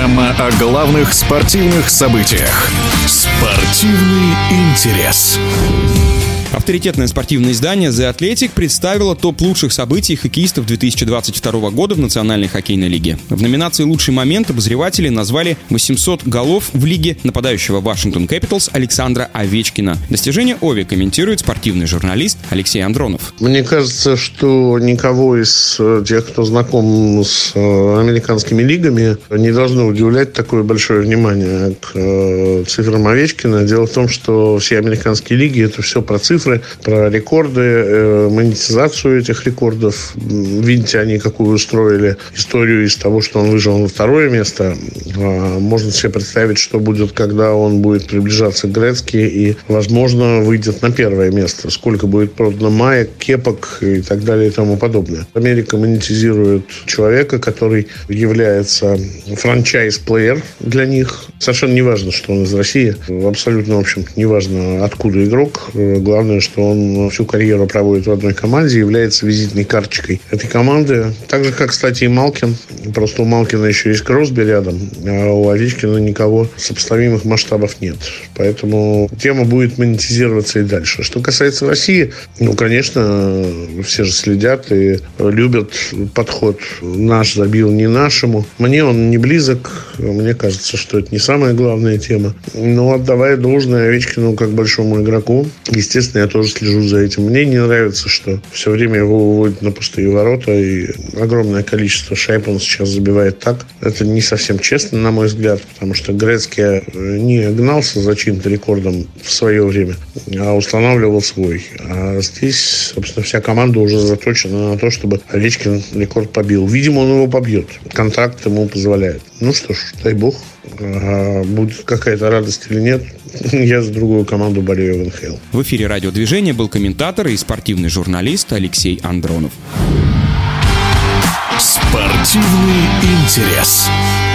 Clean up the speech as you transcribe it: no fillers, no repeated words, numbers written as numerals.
Программа о главных спортивных событиях. Спортивный интерес. Авторитетное спортивное издание The Athletic представило топ лучших событий хоккеистов 2022 года в Национальной хоккейной лиге. В номинации «Лучший момент» обозреватели назвали 800 голов в лиге нападающего Washington Capitals Александра Овечкина. Достижение Ови комментирует спортивный журналист Алексей Андронов. Мне кажется, что никого из тех, кто знаком с американскими лигами, не должно удивлять такое большое внимание к цифрам Овечкина. Дело в том, что все американские лиги – это все про цифры, про рекорды, монетизацию этих рекордов. Видите, они какую устроили историю из того, что он выжил на второе место. Можно себе представить, что будет, когда он будет приближаться к Грецки и, возможно, выйдет на первое место. Сколько будет продано маек, кепок и так далее и тому подобное. Америка монетизирует человека, который является франчайз-плеер для них. Совершенно не важно, что он из России. Абсолютно, в общем, не важно, откуда игрок. Главное, что он всю карьеру проводит в одной команде, является визитной карточкой этой команды. Так же, как, кстати, и Малкин. Просто у Малкина еще есть Кросби рядом, а у Овечкина никого сопоставимых масштабов нет. Поэтому тема будет монетизироваться и дальше. Что касается России, конечно, все же следят и любят подход «наш забил не нашему». Мне он не близок. Мне кажется, что это не самая главная тема. Но отдавая должное Овечкину как большому игроку, естественно, я тоже слежу за этим. Мне не нравится, что все время его выводят на пустые ворота, и огромное количество шайб он сейчас забивает так. Это не совсем честно, на мой взгляд, потому что Грецки не гнался за чьим-то рекордом в свое время, а устанавливал свой. А здесь, собственно, вся команда уже заточена на то, чтобы Овечкин рекорд побил. Видимо, он его побьет. Контракт ему позволяет. Ну что ж, дай бог. Будет какая-то радость или нет, я за другую команду болею в НХЛ. В эфире радиодвижения был комментатор и спортивный журналист Алексей Андронов. Спортивный интерес.